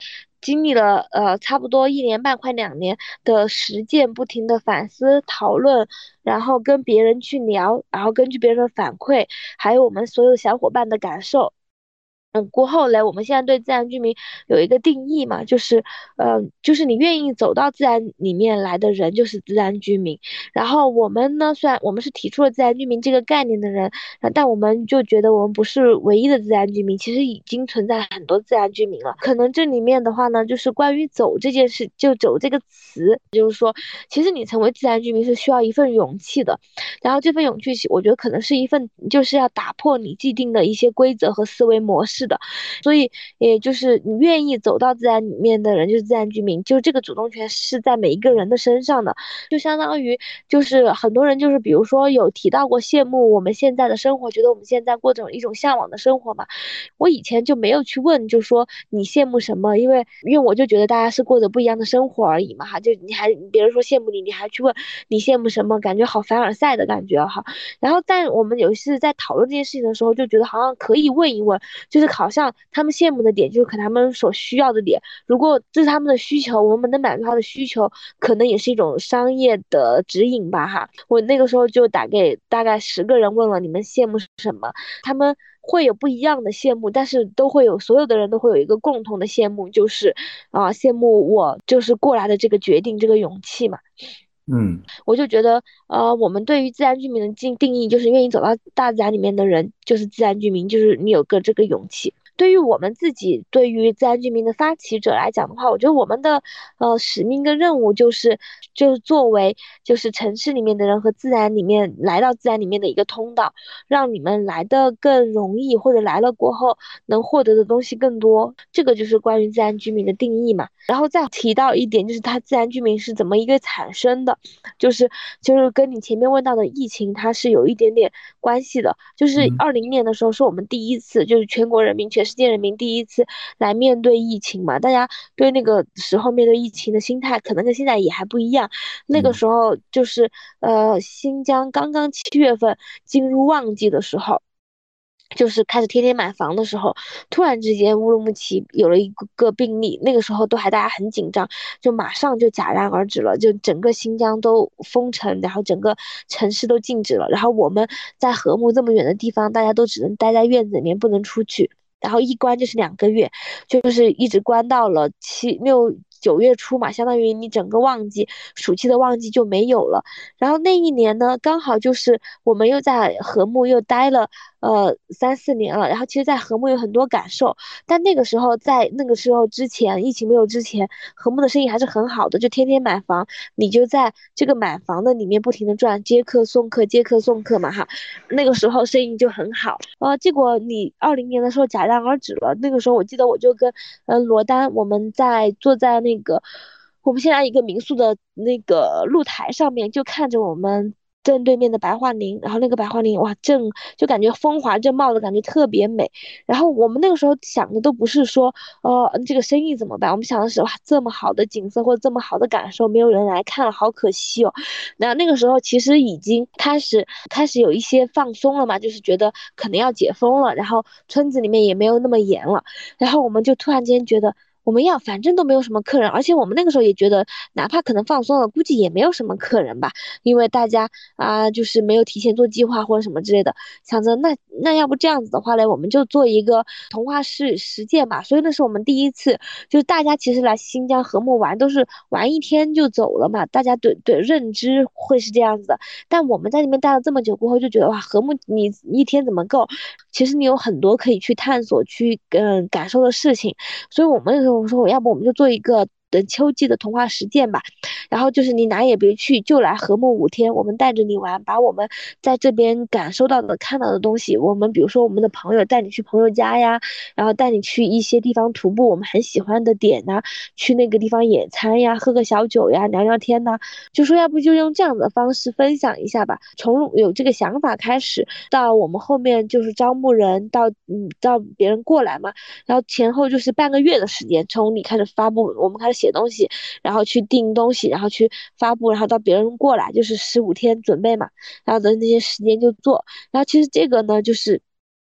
经历了差不多1年半快2年的实践，不停的反思讨论，然后跟别人去聊，然后根据别人的反馈，还有我们所有小伙伴的感受。过后嘞，我们现在对自然居民有一个定义嘛，就是你愿意走到自然里面来的人就是自然居民。然后我们呢，虽然我们是提出了自然居民这个概念的人，但我们就觉得我们不是唯一的自然居民，其实已经存在很多自然居民了。可能这里面的话呢，就是关于走这件事，就走这个词，就是说，其实你成为自然居民是需要一份勇气的。然后这份勇气，我觉得可能是一份就是要打破你既定的一些规则和思维模式的。所以也就是你愿意走到自然里面的人就是自然居民，就这个主动权是在每一个人的身上的。就相当于就是很多人就是比如说有提到过羡慕我们现在的生活，觉得我们现在过着一种向往的生活嘛。我以前就没有去问，就说你羡慕什么，因为我就觉得大家是过着不一样的生活而已嘛哈。就别人说羡慕你，你还去问你羡慕什么，感觉好凡尔赛的感觉哈。然后在我们有一次在讨论这件事情的时候，就觉得好像可以问一问，就是好像他们羡慕的点就是可能他们所需要的点，如果这是他们的需求，我们能满足他的需求，可能也是一种商业的指引吧哈。我那个时候就打给大概10个人问了你们羡慕什么，他们会有不一样的羡慕，但是所有的人都会有一个共同的羡慕，就是羡慕我就是过来的这个决定，这个勇气嘛。我就觉得，我们对于自然居民的定义就是愿意走到大自然里面的人就是自然居民，就是你有个这个勇气。对于我们自己，对于自然居民的发起者来讲的话，我觉得我们的使命跟任务就是作为就是城市里面的人和自然里面来到自然里面的一个通道，让你们来的更容易，或者来了过后能获得的东西更多。这个就是关于自然居民的定义嘛。然后再提到一点，就是它自然居民是怎么一个产生的，就是跟你前面问到的疫情，它是有一点点关系的。就是2020年的时候，是我们第一次，就是全国人民、全世界人民第一次来面对疫情嘛。大家对那个时候面对疫情的心态，可能跟现在也还不一样。那个时候就是新疆刚刚7月份进入旺季的时候。就是开始天天买房的时候，突然之间乌鲁木齐有了一个病例，那个时候都还大家很紧张，就马上就戛然而止了，就整个新疆都封城，然后整个城市都禁止了。然后我们在和木这么远的地方，大家都只能待在院子里面，不能出去。然后一关就是2个月，就是一直关到了9月初嘛，相当于你整个旺季，暑期的旺季就没有了。然后那一年呢，刚好就是我们又在和木又待了3、4年了。然后其实，在和木有很多感受，但在那个时候之前，疫情没有之前，和木的生意还是很好的，就天天买房，你就在这个买房的里面不停的赚，接客送客，接客送客嘛哈。那个时候生意就很好。结果你2020年的时候戛然而止了。那个时候我记得我就跟罗丹，我们坐在那个我们现在一个民宿的那个露台上面，就看着我们正对面的白桦林，然后那个白桦林哇，就感觉风华正茂的感觉特别美。然后我们那个时候想的都不是说这个生意怎么办，我们想的是哇，这么好的景色或者这么好的感受没有人来看了，好可惜哦。那个时候其实已经开始有一些放松了嘛，就是觉得可能要解封了，然后村子里面也没有那么严了。然后我们就突然间觉得，反正都没有什么客人，而且我们那个时候也觉得，哪怕可能放松了，估计也没有什么客人吧，因为大家就是没有提前做计划或者什么之类的，想着那要不这样子的话嘞，我们就做一个童话式实践吧。所以那是我们第一次，就是大家其实来新疆和睦玩都是玩一天就走了嘛，大家对认知会是这样子的。但我们在那边待了这么久过后，就觉得哇，和睦你一天怎么够？其实你有很多可以去探索、去感受的事情。所以我们那时候说，要不我们就做一个秋季的童话实践吧。然后就是你哪也别去，就来和睦5天，我们带着你玩，把我们在这边感受到的、看到的东西，我们比如说我们的朋友带你去朋友家呀，然后带你去一些地方徒步，我们很喜欢的点呐，去那个地方野餐呀，喝个小酒呀，聊聊天呐，就说要不就用这样的方式分享一下吧。从有这个想法开始，到我们后面就是招募人，到别人过来嘛，然后前后就是半个月的时间，从你开始发布，我们开始写东西，然后去订东西，然后去发布，然后到别人过来，就是15天准备嘛，然后的那些时间就做。然后其实这个呢，就是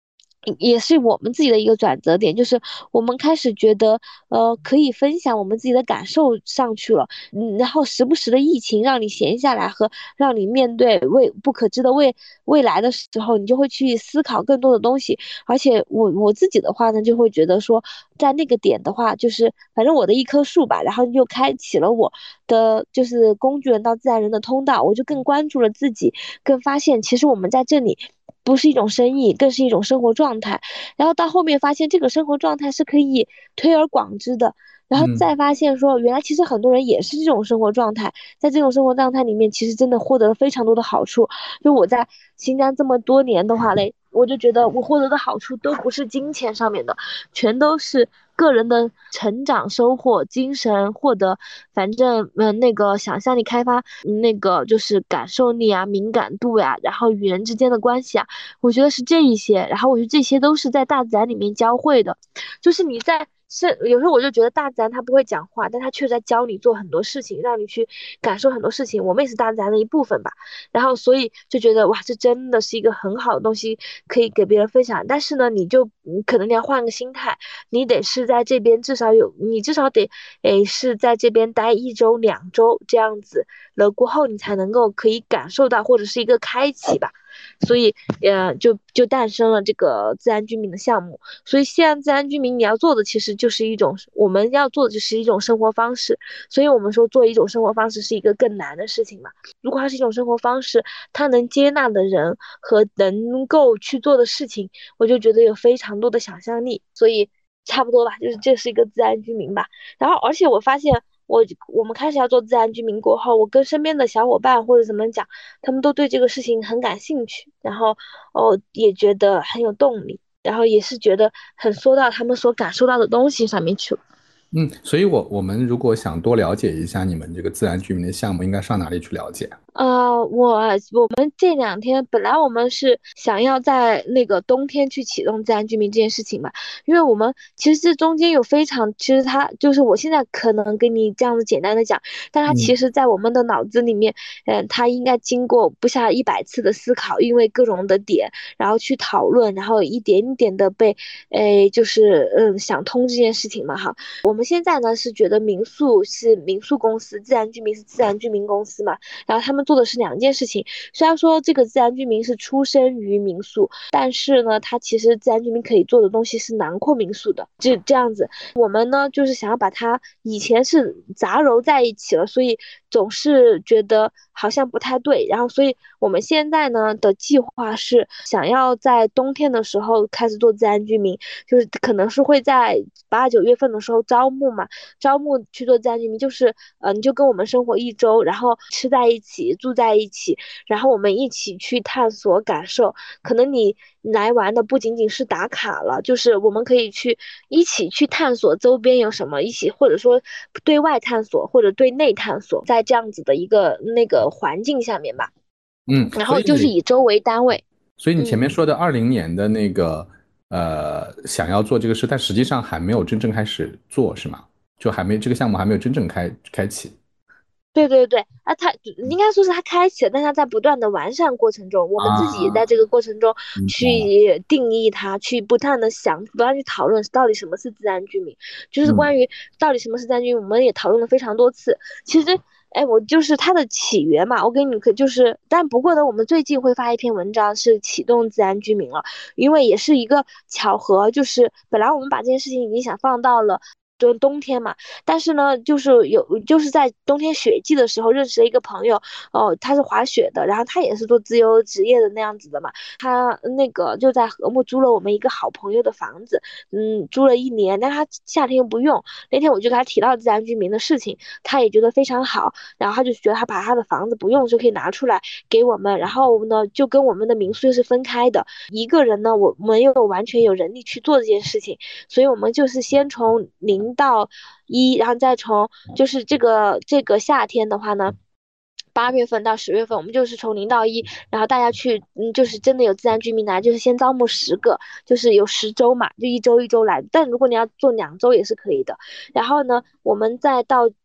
也是我们自己的一个转折点，就是我们开始觉得，可以分享我们自己的感受上去了，然后时不时的疫情让你闲下来和让你面对不可知的未来的时候，你就会去思考更多的东西。而且我自己的话呢，就会觉得说，在那个点的话，就是反正我的一棵树吧，然后就开启了我的就是工具人到自然人的通道，我就更关注了自己，更发现其实我们在这里。不是一种生意，更是一种生活状态。然后到后面发现这个生活状态是可以推而广之的，然后再发现说，原来其实很多人也是这种生活状态，在这种生活状态里面，其实真的获得了非常多的好处。就我在新疆这么多年的话嘞，我就觉得我获得的好处都不是金钱上面的，全都是个人的成长收获、精神获得，反正那个想象力开发，那个就是感受力啊、敏感度呀、然后与人之间的关系啊，我觉得是这一些，然后我觉得这些都是在大自然里面教会的，就是你在。有时候我就觉得大自然它不会讲话，但它却在教你做很多事情，让你去感受很多事情。我们也是大自然的一部分吧。然后所以就觉得哇，这真的是一个很好的东西，可以给别人分享。但是呢，可能你要换个心态，你得是在这边你至少得是在这边待1周2周这样子了过后，你才能够可以感受到或者是一个开启吧。所以就诞生了这个自然居民的项目。所以现在自然居民你要做的其实就是我们要做的就是一种生活方式。所以我们说做一种生活方式是一个更难的事情嘛。如果它是一种生活方式，它能接纳的人和能够去做的事情，我就觉得有非常多的想象力。所以差不多吧，就是这是一个自然居民吧。然后而且我发现我们开始要做自然居民过后，我跟身边的小伙伴或者怎么讲，他们都对这个事情很感兴趣，然后也觉得很有动力，然后也是觉得很说到他们所感受到的东西上面去了。 所以我们如果想多了解一下你们这个自然居民的项目，应该上哪里去了解？ 我们这2天本来我们是想要在那个冬天去启动自然居民这件事情嘛，因为我们其实这中间其实它就是我现在可能跟你这样子简单的讲，但它其实在我们的脑子里面，它应该经过不下100次的思考，因为各种的点，然后去讨论，然后一点一点的被，就是想通这件事情嘛哈。我们现在呢是觉得民宿是民宿公司，自然居民是自然居民公司嘛。然后他们做的是2件事情。虽然说这个自然居民是出生于民宿，但是呢，它其实自然居民可以做的东西是囊括民宿的，这样子。我们呢，就是想要把它以前是杂糅在一起了，所以总是觉得好像不太对。然后，所以我们现在呢的计划是想要在冬天的时候开始做自然居民，就是可能是会在8、9月份的时候招募嘛，招募去做自然居民，就是你就跟我们生活1周，然后吃在一起，住在一起，然后我们一起去探索感受。可能你来玩的不仅仅是打卡了，就是我们可以一起去探索周边有什么，一起或者说对外探索或者对内探索，在这样子的一个那个环境下面吧。然后就是以周为单位。 所以你前面说的2020年的那个想要做这个事，但实际上还没有真正开始做，是吗？就这个项目还没有真正开启。 对对对，它应该说是它开启了，但它在不断的完善过程中，我们自己也在这个过程中去定义它，去不断的想，不断去讨论到底什么是自然居民，就是关于到底什么是自然居民，我们也讨论了非常多次。其实，我就是它的起源嘛，我给你就是，但不过呢，我们最近会发一篇文章是启动自然居民了，因为也是一个巧合，就是本来我们把这件事情已经想放到了。就冬天嘛，但是呢，就是在冬天雪季的时候认识了一个朋友，他是滑雪的，然后他也是做自由职业的那样子的嘛，他那个就在禾木租了我们一个好朋友的房子，租了1年，但他夏天又不用。那天我就跟他提到自然居民的事情，他也觉得非常好，然后他就觉得他把他的房子不用就可以拿出来给我们，然后呢就跟我们的民宿是分开的，一个人呢我们又完全有人力去做这件事情，所以我们就是先从0到1，然后再从就是这个夏天的话呢。8月份到10月份，我们就是从0到1，然后大家去，就是真的有自然居民来，就是先招募10个，就是有10周嘛，就1周1周来。但如果你要做2周也是可以的。然后呢，我们再到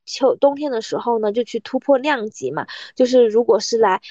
冬天的时候呢，就去突破量级嘛，就是如果是来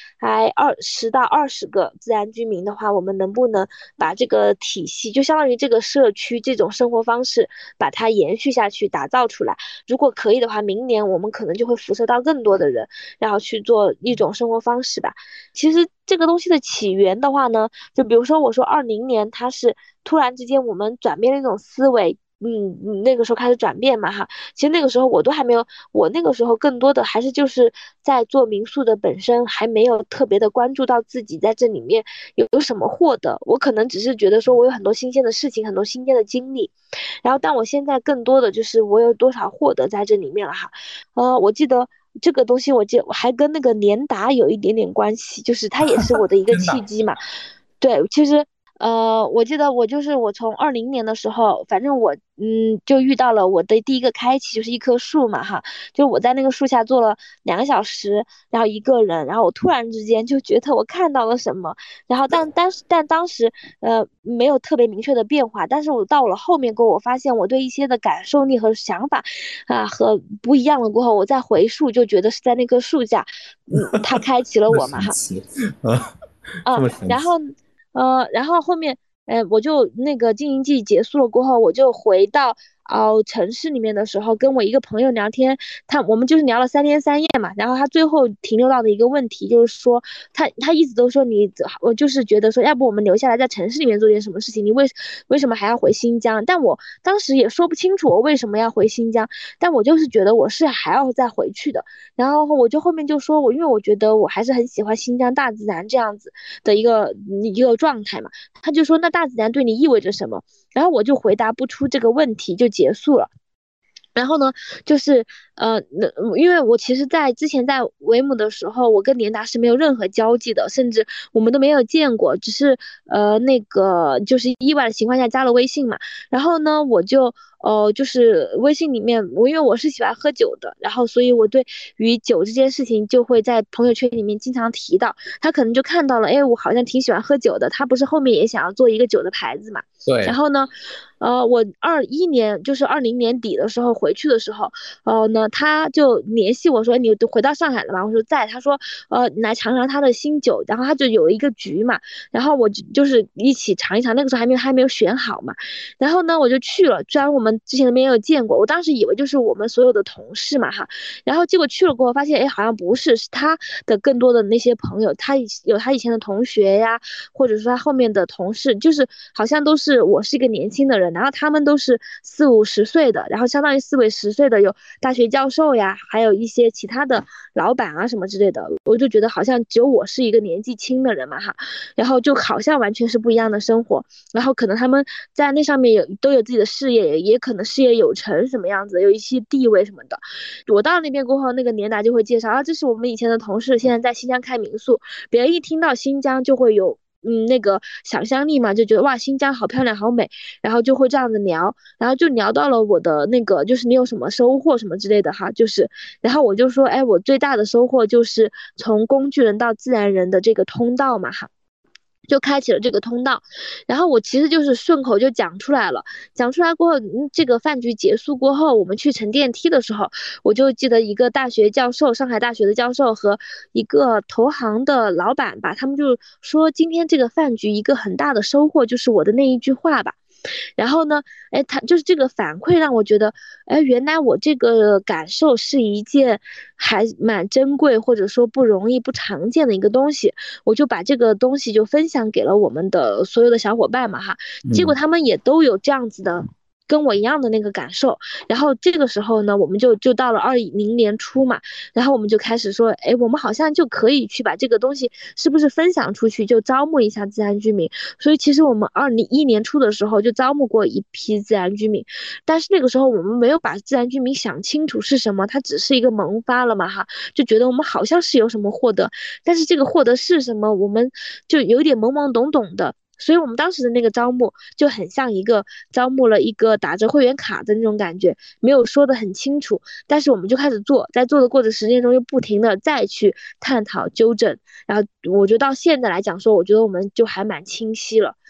10到20个自然居民的话，我们能不能把这个体系，就相当于这个社区这种生活方式，把它延续下去，打造出来？如果可以的话，明年我们可能就会辐射到更多的人，然后去做一种生活方式吧。其实这个东西的起源的话呢，就比如说我说2020年，它是突然之间我们转变了一种思维。那个时候开始转变嘛哈，其实那个时候我都还没有，我那个时候更多的还是就是在做民宿的本身，还没有特别的关注到自己在这里面有什么获得，我可能只是觉得说我有很多新鲜的事情，很多新鲜的经历，然后但我现在更多的就是我有多少获得在这里面了哈，我记得。这个东西我还跟那个年达有一点点关系，就是它也是我的一个真的。 契机嘛。对，其实我记得我从20年的时候，反正我就遇到了我的第一个开启，就是一棵树嘛哈，就我在那个树下坐了2个小时，然后一个人，然后我突然之间就觉得我看到了什么，然后但当时没有特别明确的变化，但是我到了后面过后，我发现我对一些的感受力和想法和不一样了过后，我再回溯就觉得是在那棵树下，它开启了这么我嘛哈。 神奇啊，这么神奇。 然后然后后面，我就那个经营季结束了过后，我就回到城市里面的时候，跟我一个朋友聊天，我们就是聊了3天3夜嘛，然后他最后停留到的一个问题就是说，他一直都说我就是觉得说，要不我们留下来在城市里面做点什么事情，你为什么还要回新疆？但我当时也说不清楚我为什么要回新疆，但我就是觉得我是还要再回去的，然后我就后面就说因为我觉得我还是很喜欢新疆大自然这样子的一个状态嘛，他就说那大自然对你意味着什么？然后我就回答不出这个问题就结束了。然后呢，就是因为我其实在之前在维姆的时候，我跟连达是没有任何交际的，甚至我们都没有见过，只是那个就是意外的情况下加了微信嘛。然后呢，我就就是微信里面，因为我是喜欢喝酒的，然后所以我对于酒这件事情就会在朋友圈里面经常提到。他可能就看到了，哎，我好像挺喜欢喝酒的，他不是后面也想要做一个酒的牌子嘛。然对。 后呢，我21年就是20年底的时候回去的时候，他就联系我说，你都回到上海了吗？我说在。他说，你来尝尝他的新酒，然后他就有一个局嘛，然后我就是一起尝一尝，那个时候还没有选好嘛，然后呢我就去了，虽然我们之前都没有见过，我当时以为就是我们所有的同事嘛哈，然后结果去了过后发现，哎，好像不是，是他的更多的那些朋友，他有他以前的同学呀，或者说他后面的同事，就是好像都是我是一个年轻的人，然后他们都是40、50岁的，然后相当于40、50岁的有大学教授呀，还有一些其他的老板啊什么之类的，我就觉得好像只有我是一个年纪轻的人嘛哈，然后就好像完全是不一样的生活，然后可能他们在那上面都有自己的事业，也可能事业有成什么样子，有一些地位什么的。我到那边过后，那个年达就会介绍这是我们以前的同事，现在在新疆开民宿。别人一听到新疆就会有那个想象力嘛，就觉得哇，新疆好漂亮好美，然后就会这样子聊，然后就聊到了我的那个就是你有什么收获什么之类的哈，就是然后我就说，哎，我最大的收获就是从工具人到自然人的这个通道嘛哈。就开启了这个通道，然后我其实就是顺口就讲出来了，讲出来过后，这个饭局结束过后，我们去乘电梯的时候，我就记得一个大学教授，上海大学的教授和一个投行的老板吧，他们就说今天这个饭局一个很大的收获就是我的那一句话吧。然后呢，哎，他就是这个反馈让我觉得，哎，原来我这个感受是一件还蛮珍贵或者说不容易、不常见的一个东西，我就把这个东西就分享给了我们的所有的小伙伴嘛哈，结果他们也都有这样子的。跟我一样的那个感受，然后这个时候呢，我们就到了2020年初嘛，然后我们就开始说，哎，我们好像就可以去把这个东西是不是分享出去，就招募一下自然居民。所以其实我们2021年初的时候就招募过一批自然居民，但是那个时候我们没有把自然居民想清楚是什么，它只是一个萌发了嘛哈，就觉得我们好像是有什么获得，但是这个获得是什么，我们就有点懵懵懂懂的。所以我们当时的那个招募就很像一个招募了一个打折会员卡的那种感觉，没有说得很清楚，但是我们就开始做，在做的过程时间中又不停的再去探讨纠正，然后我觉得到现在来讲说，我觉得我们就还蛮清晰了。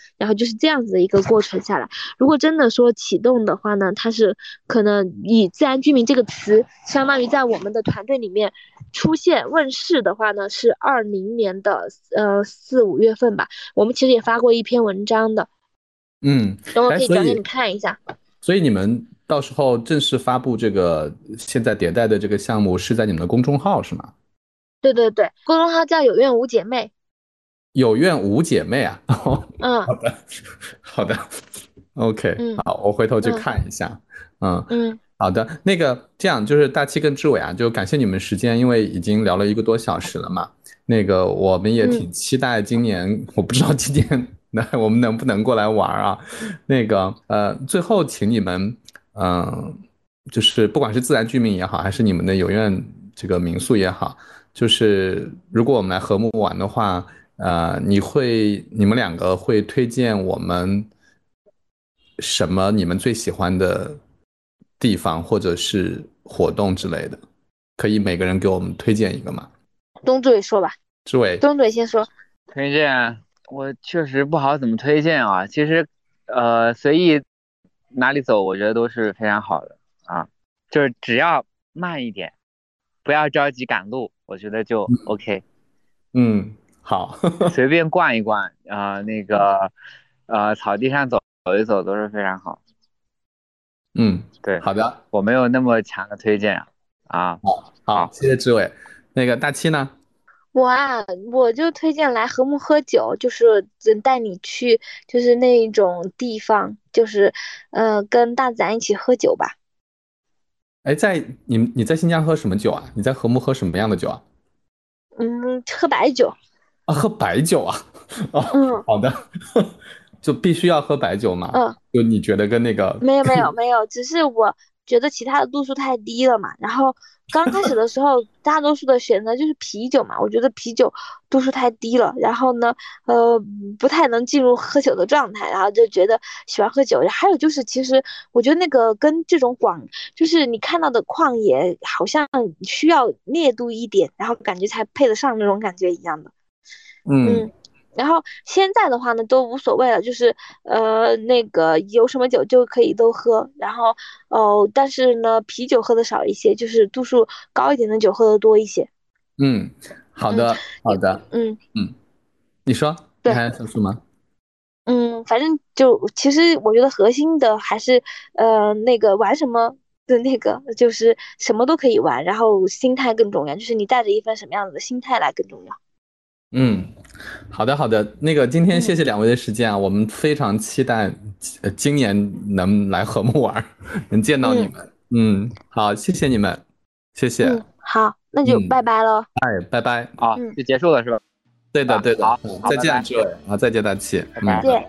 然后就是这样子的一个过程下来。如果真的说启动的话呢，它是可能以自然居民这个词，相当于在我们的团队里面出现问世的话呢，是2020年的4、5月份吧。我们其实也发过一篇文章的，等会可以转给你看一下。 所以你们到时候正式发布这个现在迭代的这个项目是在你们的公众号是吗？ 对对对，公众号叫有院五姐妹。 有院五姐妹啊？ 嗯， 好的，好的，OK，好，我回头去看一下。好的，那个这样就是大七跟志伟啊，就感谢你们时间，因为已经聊了1个多小时了嘛。那个我们也挺期待今年，我不知道今年我们能不能过来玩啊？那个最后请你们就是不管是自然居民也好，还是你们的有院这个民宿也好，就是如果我们来和睦玩的话，你们2个会推荐我们什么？你们最喜欢的地方或者是活动之类的，可以每个人给我们推荐一个吗？ 东志伟说吧。 志伟， 东志伟先说。 推荐我确实不好怎么推荐啊。其实，随意哪里走，我觉得都是非常好的啊。就是只要慢一点，不要着急赶路，我觉得就 OK。 好， 随便逛一逛那个草地上走一走都是非常好。对， 好的， 我没有那么强的推荐啊。 好，谢谢志伟。那个大七呢？ 我就推荐来和睦喝酒，就是带你去，就是那种地方，就是跟大自然一起喝酒吧。 哎，你在新疆喝什么酒啊？你在和睦喝什么样的酒啊？ 喝白酒。 喝白酒啊？好的，就必须要喝白酒吗？就你觉得跟那个没有，只是我觉得其他的度数太低了嘛。然后刚开始的时候，大多数的选择就是啤酒嘛，我觉得啤酒度数太低了，然后呢，不太能进入喝酒的状态，然后就觉得喜欢喝酒。还有就是，其实我觉得那个跟这种就是你看到的旷野，好像需要烈度一点，然后感觉才配得上那种感觉一样的。然后现在的话呢，都无所谓了，就是那个有什么酒就可以都喝，然后但是呢，啤酒喝的少一些，就是度数高一点的酒喝的多一些。 好的，好的，你说，你还想说吗？ 反正就其实我觉得核心的还是那个玩什么的那个，就是什么都可以玩，然后心态更重要，就是你带着一份什么样子的心态来更重要。 好的，好的。那个今天谢谢2位的时间啊，我们非常期待今年能来和睦玩，能见到你们。好，谢谢你们，谢谢。 好，那就拜拜了。 拜拜。 就结束了是吧？ 对的，对的。 好， 再见，志伟啊，再见，大七。 拜拜。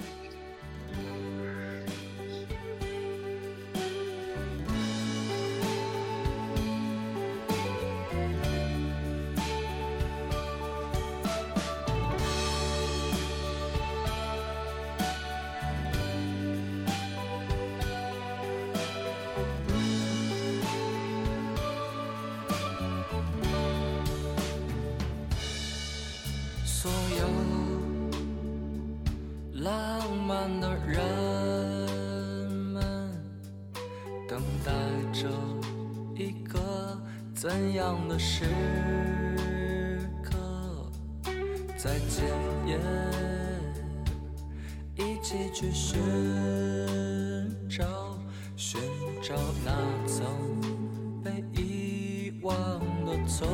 所有浪漫的人们等待着一个怎样的时刻，在今夜一起去寻找那曾被遗忘的村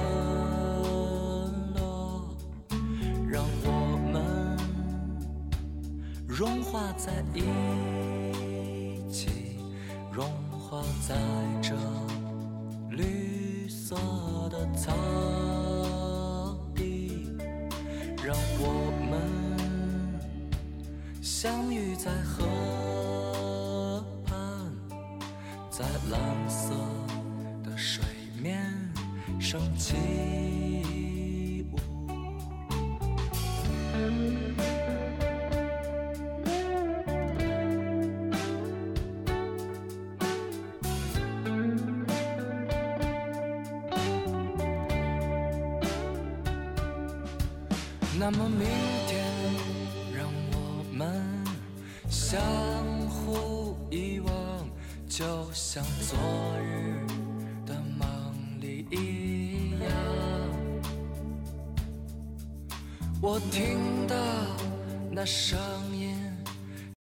落，让我们融化在一起，融化在这绿色的草地，让我们相遇在河畔，在蓝色的水面升起舞。那么明天，让我们相互遗忘，就像昨日的梦里一样。我听到那声音